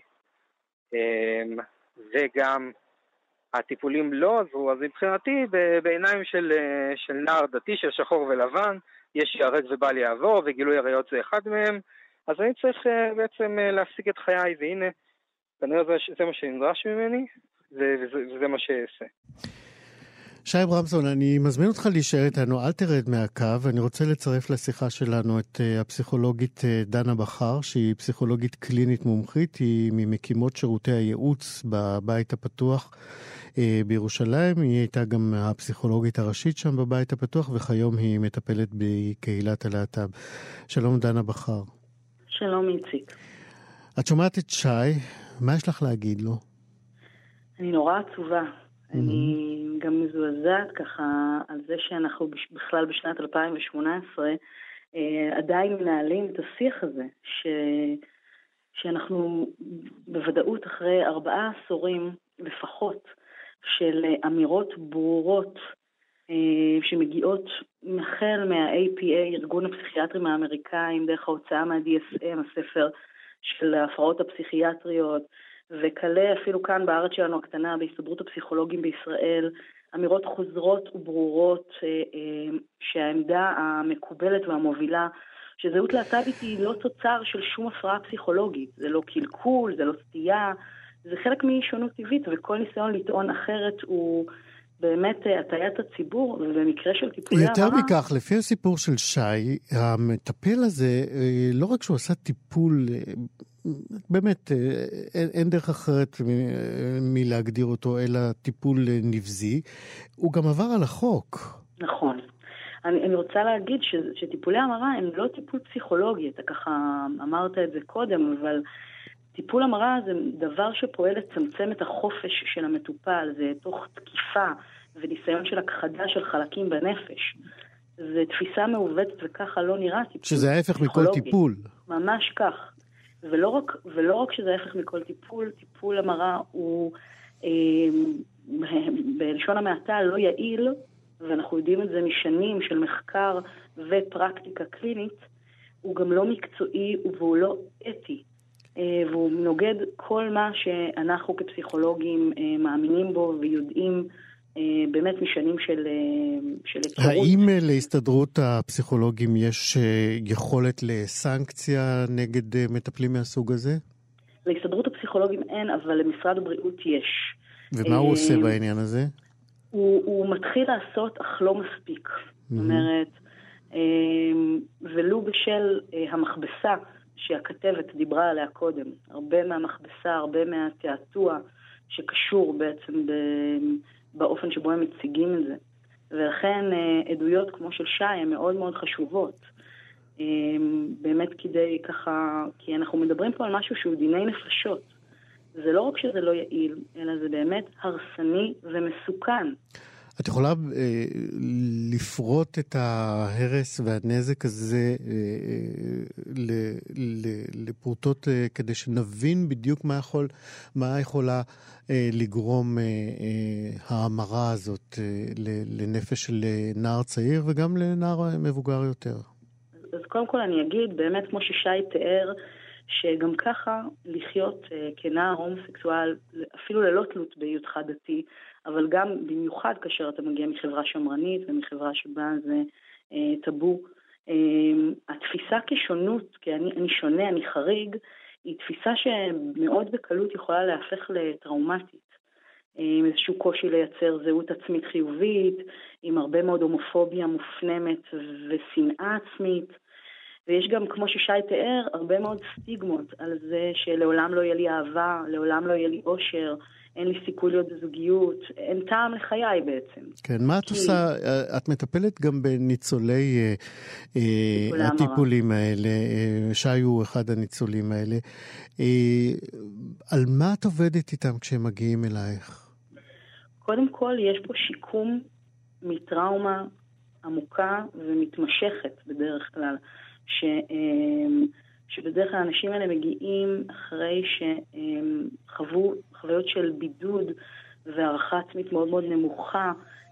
וגם הטיפולים לא עזרו, אז מבחינתי בעיניים של נער דתי, של שחור ולבן, יש ירק ובל יעבור, וגילוי עריות זה אחד מהם, אז אני צריך בעצם להפסיק את חיי, והנה, כנראה זה מה שנדרש ממני, וזה מה שאעשה. שי ברמסון, אני מזמין אותך להישאר איתנו, אל תרד מהקו, אני רוצה לצרף לשיחה שלנו את הפסיכולוגית דנה בחר, שהיא פסיכולוגית קלינית מומחית, היא ממקימות שירותי הייעוץ בבית הפתוח בירושלים, היא הייתה גם הפסיכולוגית הראשית שם בבית הפתוח, וכיום היא מטפלת בקהילת הלהט"ב. שלום דנה בחר. שלום איציק. את שומעת את שי, מה יש לך להגיד לו? אני נורא עצובה. אני גם מזועזעת ככה על זה שאנחנו בכלל בשנת 2018 עדיין מנהלים את השיח הזה, שאנחנו בוודאות אחרי 4 עשורים לפחות של אמירות ברורות שמגיעות החל מה-APA, ארגון הפסיכיאטרים האמריקאים, דרך ההוצאה מה-DSM, הספר של ההפרעות הפסיכיאטריות, וכלה אפילו כאן בארץ שלנו הקטנה, בהסתדרות הפסיכולוגים בישראל, אמירות חוזרות וברורות שהעמדה המקובלת והמובילה, שזהות להט"בית היא לא תוצר של שום הפרעה פסיכולוגית, זה לא קלקול, זה לא סטייה, זה חלק משונות טבעית, וכל ניסיון לטעון אחרת הוא באמת הטיית הציבור, ובמקרה של טיפולי המרה... יותר מכך, לפי הסיפור של שי, המטפל הזה, לא רק שהוא עשה טיפול, באמת, אין דרך אחרת מלהגדיר אותו, אלא טיפול נבזי, הוא גם עבר על החוק. נכון. אני רוצה להגיד שטיפולי המרה הם לא טיפול פסיכולוגי, אתה ככה אמרת את זה קודם, אבל טיפול המרה זה דבר שפועל לצמצם את החופש של המטופל, זה תוך תקיפה וניסיון של הכחדה של חלקים בנפש. זה תפיסה מעוותת וככה לא נראה טיפול פסיכולוגי. שזה ההפך מכל טיפול. ממש כך. ולא רק שזה ההפך מכל טיפול, טיפול המרה הוא בלשון המעטה לא יעיל, ואנחנו יודעים את זה משנים של מחקר ופרקטיקה קלינית, הוא גם לא מקצועי והוא לא אתי. והוא נוגד כל מה שאנחנו כפסיכולוגים מאמינים בו ויודעים באמת משנים של היכרות. האם להסתדרות הפסיכולוגים יש יכולת לסנקציה נגד מטפלים מהסוג הזה? להסתדרות הפסיכולוגים אין, אבל למשרד הבריאות יש. ומה הוא עושה בעניין הזה? הוא מתחיל לעשות אך לא מספיק. זאת אומרת, ולו בשל המכבסה שהכתבת דיברה עליה קודם. הרבה מהמכבסה, הרבה מהתעתוע שקשור בעצם באופן שבו הם מציגים את זה. ולכן עדויות כמו של שי הן מאוד מאוד חשובות. באמת כדי ככה, כי אנחנו מדברים פה על משהו שהוא דיני נפשות. זה לא רק שזה לא יעיל, אלא זה באמת הרסני ומסוכן. את יכולה לפרוט את ההרס והנזק הזה לפרוטות כדי שנבין בדיוק מה יכולה לגרום ההמרה הזאת לנפש של נער צעיר וגם לנער מבוגר יותר? אז קודם כל אני אגיד, באמת כמו ששי תיאר, שגם ככה לחיות כנער הומוסקסואל, אפילו ללא תלות בהיותך דתי, אבל גם במיוחד כאשר אתה מגיע מחברה שמרנית ומחברה שבה זה טאבו. התפיסה כשונות, כי אני שונה, אני חריג, היא תפיסה שמאוד בקלות יכולה להפך לטראומטית. עם איזשהו קושי לייצר זהות עצמית חיובית, עם הרבה מאוד הומופוביה מופנמת ושנאה עצמית. ויש גם, כמו ששי תיאר, הרבה מאוד סטיגמות על זה שלעולם לא יהיה לי אהבה, לעולם לא יהיה לי אושר, אין לי סיכוי להיות בזוגיות, אין טעם לחיי בעצם. כן, מה את עושה? את מטפלת גם בניצולי הטיפולים האלה, שי הוא אחד הניצולים האלה. על מה את עובדת איתם כשהם מגיעים אלייך? קודם כל, יש פה שיקום מטראומה עמוקה ומתמשכת בדרך כלל. שבדרך כלל האנשים האלה מגיעים אחרי שחוו חוויות של בידוד והערכה עצמית מאוד מאוד נמוכה,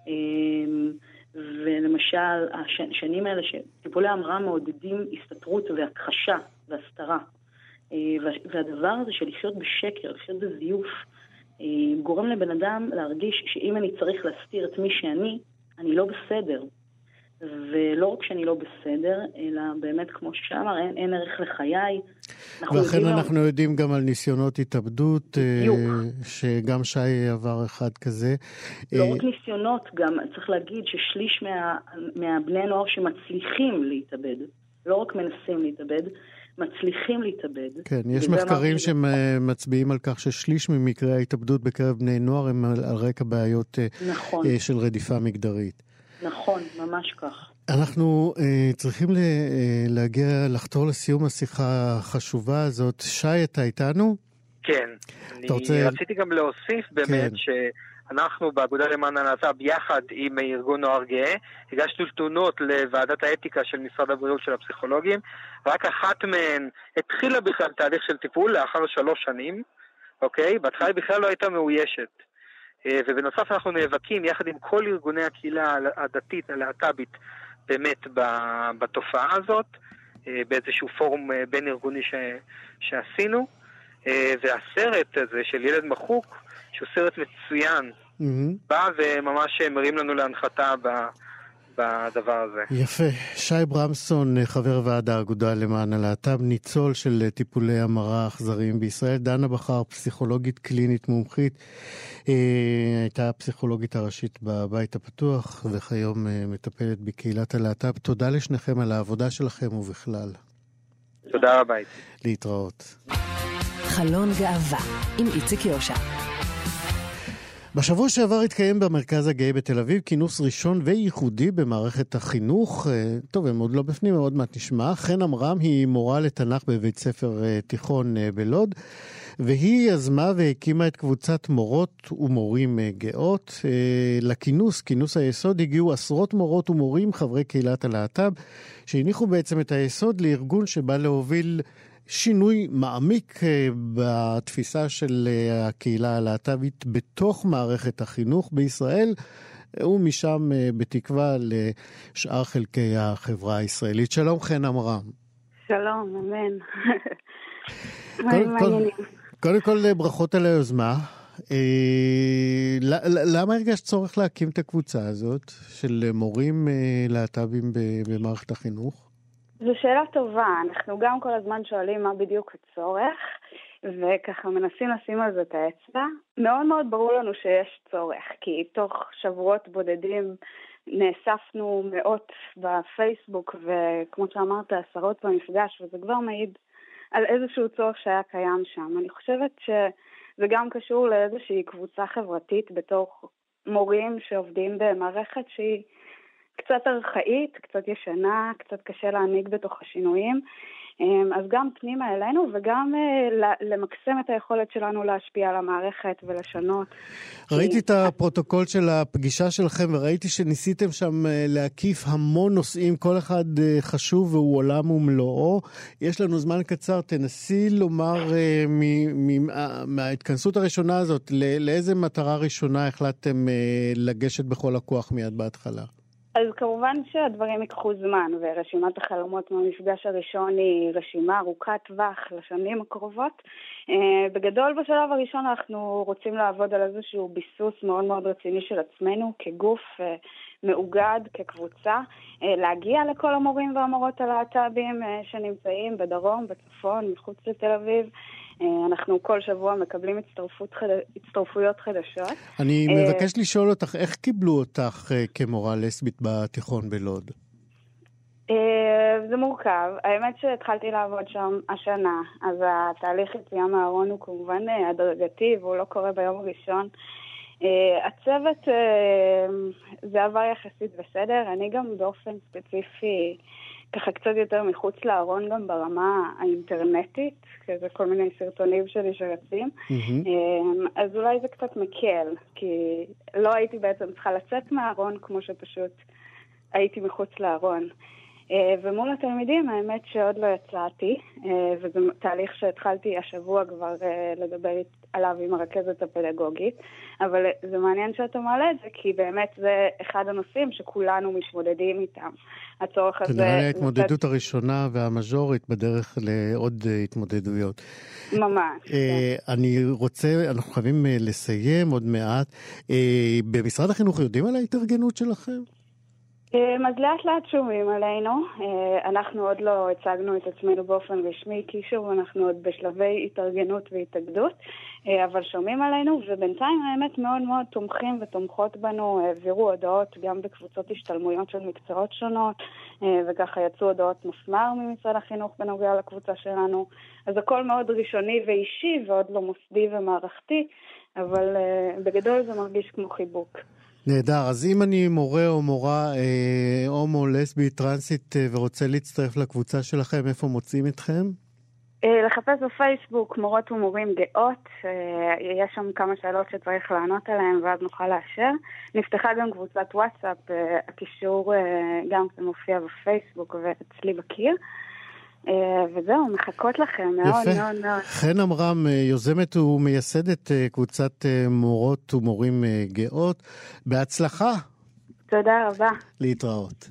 ולמשל השנים האלה שטיפולי המרה מעודדים הסתתרות והכחשה והסתרה, והדבר הזה של לחיות בשקר, לחיות בזיוף, גורם לבן אדם להרגיש שאם אני צריך להסתיר את מי אני לא בסדר. ולא רק שאני לא בסדר, אלא באמת כמו שאמר, אין ערך לחיי. ואכן אנחנו יודעים גם על ניסיונות התאבדות, שגם שי עבר אחד כזה. לא רק ניסיונות, גם צריך להגיד ששליש מהבני נוער שמצליחים להתאבד, לא רק מנסים להתאבד, מצליחים להתאבד. כן, יש מחקרים שמצביעים על כך ששליש ממקרי ההתאבדות בקרב בני נוער הם על רקע בעיות של רדיפה מגדרית. נכון, ממש כך. אנחנו צריכים לחתור לסיום השיחה החשובה הזאת. שי, אתה איתנו? כן. רציתי גם להוסיף באמת שאנחנו באגודה למען הלהט"ב יחד עם ארגון נוער גאה, הגשנו תלונות לוועדת האתיקה של משרד הבריאות של הפסיכולוגים, רק אחת מהן התחילה בכלל תהליך של טיפול לאחר 3 שנים, אוקיי? בהתחלה היא בכלל לא הייתה מאוישת. ובנוסף אנחנו נאבקים יחד עם כל ארגוני הקהילה הדתית, הלהט"בית, באמת בתופעה הזאת, באיזשהו פורום בין ארגוני שעשינו, והסרט הזה של ילד מחוק, שהוא סרט מצוין, בא וממש מרים לנו להנחתה בדבר הזה. יפה. שי ברמסון, חבר ועד האגודה למען הלהט"ב, ניצול של טיפולי המרה אכזריים בישראל. דנה בחר, פסיכולוגית קלינית מומחית, הייתה הפסיכולוגית הראשית בבית הפתוח, וכיום מטפלת בקהילת הלהט"ב. תודה לשניכם על העבודה שלכם ובכלל. תודה רבה. להתראות. חלון גאווה עם איציק יושע. בשבוע שעבר התקיים במרכז הגאה בתל אביב כינוס ראשון וייחודי במערכת החינוך. טוב, הם עוד לא בפנים, עוד מעט נשמע. חן אמרם היא מורה לתנ"ך בבית ספר תיכון בלוד, והיא יזמה והקימה את קבוצת מורות ומורים גאות. לכינוס, כינוס היסוד, הגיעו עשרות מורות ומורים, חברי קהילת הלהט"ב, שהניחו בעצם את היסוד לארגון שבא להוביל שינוי מעמיק בתפיסה של הקהילה הלהט"בית בתוך מערכת החינוך בישראל, ומשם בתקווה לשאר חלקי החברה הישראלית. שלום חן אמרם. שלום, אמן. קודם כל ברכות על היוזמה. למה הרגשת צורך להקים את הקבוצה הזאת של מורים להט"בים במערכת החינוך? זו שאלה טובה. אנחנו גם כל הזמן שואלים מה בדיוק הצורך, וככה מנסים לשים על זה את האצבע. מאוד מאוד ברור לנו שיש צורך, כי תוך שבועות בודדים נאספנו מאות בפייסבוק, וכמו שאמרת, עשרות במפגש, וזה כבר מעיד על איזשהו צורך שהיה קיים שם. אני חושבת שזה גם קשור לאיזושהי קבוצה חברתית בתוך מורים שעובדים במערכת שהיא קצת ארכאית, קצת ישנה, קצת קשה להעניק בתוך השינויים. אז גם פנימה אלינו וגם למקסם את היכולת שלנו להשפיע על המערכת ולשנות. ראיתי את הפרוטוקול של הפגישה שלכם וראיתי שניסיתם שם להקיף המון נושאים, כל אחד חשוב והוא עולם ומלואו. יש לנו זמן קצר, תנסי לומר מההתכנסות הראשונה הזאת, לאיזה מטרה ראשונה החלטתם לגשת בכל הכוח מיד בהתחלה? אז כמובן שהדברים ייקחו זמן, ורשימת החלומות מהמפגש הראשון היא רשימה ארוכת טווח לשנים הקרובות. בגדול בשלב הראשון אנחנו רוצים לעבוד על איזשהו ביסוס מאוד מאוד רציני של עצמנו כגוף מאוגד, כקבוצה, להגיע לכל המורים והמורות הלהט"בים שנמצאים בדרום, בצפון, מחוץ לתל אביב. אנחנו כל שבוע מקבלים הצטרפויות חדשות. אני מבקש לשאול אותך, איך קיבלו אותך כמורה לסבית בתיכון בלוד? זה מורכב. האמת שהתחלתי לעבוד שם השנה, אז התהליך יציאה מהארון הוא כמובן הדרגתי, והוא לא קורה ביום הראשון. הצוות זה עבר יחסית בסדר. אני גם באופן ספציפי ככה קצת יותר מחוץ לארון גם ברמה האינטרנטית, כזה כל מיני סרטונים שלי שרצים. אז אולי זה קצת מקל, כי לא הייתי בעצם צריכה לצאת מהארון כמו שפשוט הייתי מחוץ לארון. ומול התלמידים, האמת שעוד לא יצאתי, וזה תהליך שהתחלתי השבוע כבר לדבר עליו עם הרכזת הפדגוגית, אבל זה מעניין שאתה מעלה את זה, כי באמת זה אחד הנושאים שכולנו מתמודדים איתם. הצורך הזה... זה נראה לי ההתמודדות הראשונה והמז'ורית בדרך לעוד התמודדויות. ממש. אנחנו חייבים לסיים עוד מעט. במשרד החינוך יודעים על ההתארגנות שלכם? אז לאט לאט שומעים עלינו. אנחנו עוד לא הצגנו את עצמנו באופן רשמי, כי שוב אנחנו עוד בשלבי התארגנות והתאגדות, אבל שומעים עלינו, ובינתיים האמת מאוד מאוד תומכים ותומכות בנו, העבירו הודעות גם בקבוצות השתלמויות של מקצועות שונות, וככה יצאו הודעות מפמ"ר ממשרד החינוך בנוגע לקבוצה שלנו. אז הכל מאוד ראשוני ואישי ועוד לא מוסדי ומערכתי, אבל בגדול זה מרגיש כמו חיבוק. נהדר, אז אם אני מורה או מורה הומו, לסבית, טרנסית ורוצה להצטרף לקבוצה שלכם, איפה מוצאים אתכם? לחפש בפייסבוק מורות ומורים גאות, יש שם כמה שאלות שצריך לענות עליהן ואז נוכל לאשר. נפתחה גם קבוצת וואטסאפ, הקישור גם מופיע בפייסבוק ואצלי בקיר. וזהו, מחכות לכם מאוד מאוד מאוד. חן אמרם, יוזמת ומייסדת קבוצת מורות ומורים גאות. בהצלחה. תודה רבה. להתראות.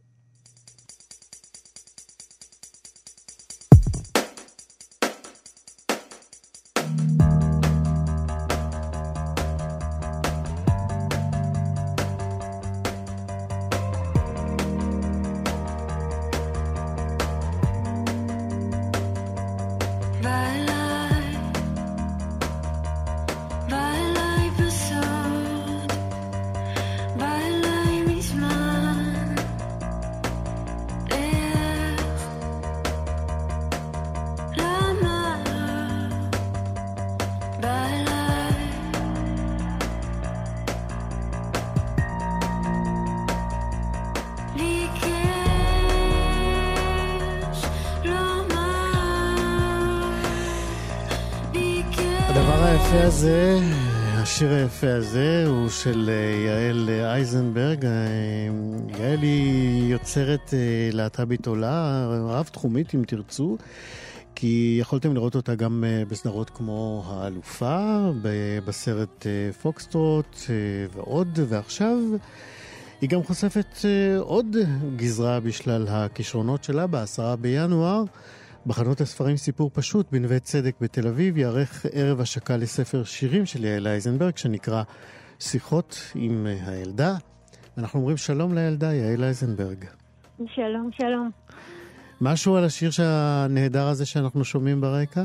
השיר היפה הזה הוא של יעל אייזנברג. יעל היא יוצרת להט"בית עולה, רב תחומית אם תרצו, כי יכולתם לראות אותה גם בסדרות כמו האלופה, בסרט פוקסטרוט ועוד, ועכשיו היא גם חושפת עוד גזרה בשלל הכישרונות שלה. ב10 בינואר בחנות הספרים סיפור פשוט בנווה צדק בתל אביב יערך ערב השקה לספר שירים של יעל אייזנברג שנקרא שיחות עם הילדה. אנחנו אומרים שלום לילדה, יעל אייזנברג. שלום, שלום. משהו על השיר הנהדר הזה שאנחנו שומעים ברקע?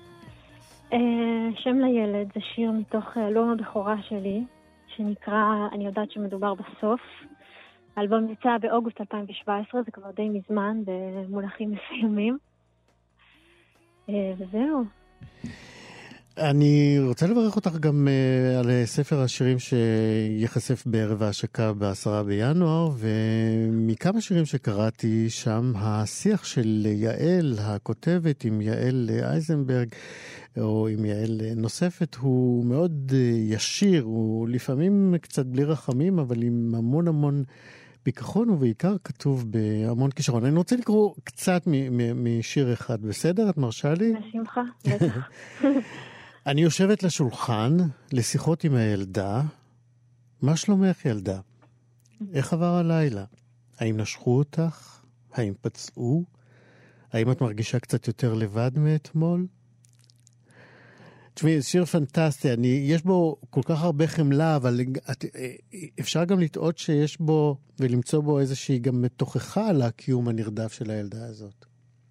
שם לילד, זה שיר מתוך אלבום הבכורה שלי, שנקרא אני יודעת שמדובר בסוף. האלבום יצא באוגוסט 2017, זה כבר די מזמן, במונחים מסוימים. וזהו. אני רוצה לברך אותך גם על ספר השירים שיחשף בערב ההשקה ב10 בינואר, ומכמה שירים שקראתי שם, השיח של יעל הכותבת עם יעל אייזנברג, או עם יעל נוספת, הוא מאוד ישיר, הוא לפעמים קצת בלי רחמים, אבל עם המון המון ביטחון, ובעיקר כתוב בהמון כישרון. אני רוצה לקרוא קצת משיר אחד, בסדר? את מרשה לי? בשמחה, בטח. אני יושבת לשולחן, לשיחות עם הילדה. מה שלומך, ילדה? איך עבר הלילה? האם נשכו אותך? האם פצעו? האם את מרגישה קצת יותר לבד מאתמול? תשמעי, זה שיר פנטסטי. יש בו כל כך הרבה חמלה, אבל אפשר גם לטעות שיש בו, ולמצוא בו איזושהי גם תוכחה על הקיום הנרדף של הילדה הזאת.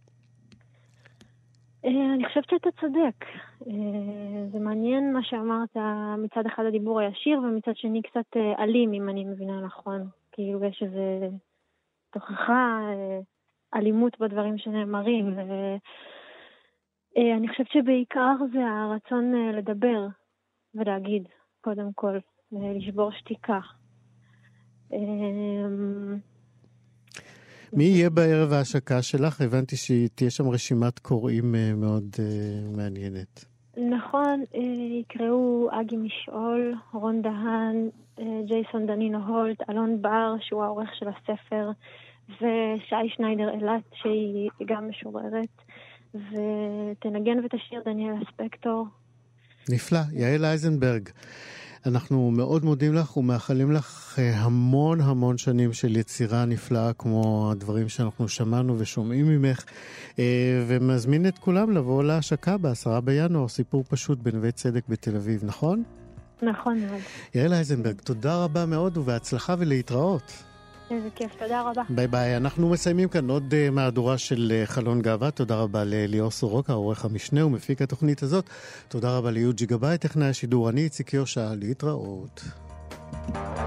אני חושבת שאתה צודק. זה מעניין מה שאמרת, מצד אחד הדיבור הישיר, ומצד שני קצת אלים, אם אני מבינה נכון. כאילו יש איזה תוכחה, אלימות בדברים שנאמרים. אני חושבת שבעיקר זה הרצון לדבר ולהגיד, קודם כל, לשבור שתיקה. מי יהיה בערב ההשקה שלך? הבנתי שתהיה שם רשימת קוראים מאוד מעניינת. נכון, יקראו אגי משעול, רון דהן, ג'ייסון דנינו הולט, אלון בר, שהוא העורך של הספר, ושי שניידר אלת, שהיא גם משוררת, ותנגן ותשיר דניאל ספקטור. נפלא, יעל אייזנברג. אנחנו מאוד מודים לך ומאחלים לך המון המון שנים של יצירה נפלאה כמו הדברים שאנחנו שמענו ושומעים ממך, ומזמין את כולם לבוא להשקה ב10 בינואר, סיפור פשוט בנווה צדק בתל אביב, נכון? נכון מאוד. יעל אייזנברג, תודה רבה מאוד ובהצלחה ולהתראות. איזה כיף, תודה רבה. ביי ביי, אנחנו מסיימים כאן עוד מהדורה של חלון גאווה. תודה רבה לליאור סורוקה, העורך המשנה ומפיק התוכנית הזאת. תודה רבה ליוג'י גבאי, טכנאי השידור. אני איציק יושע, להתראות.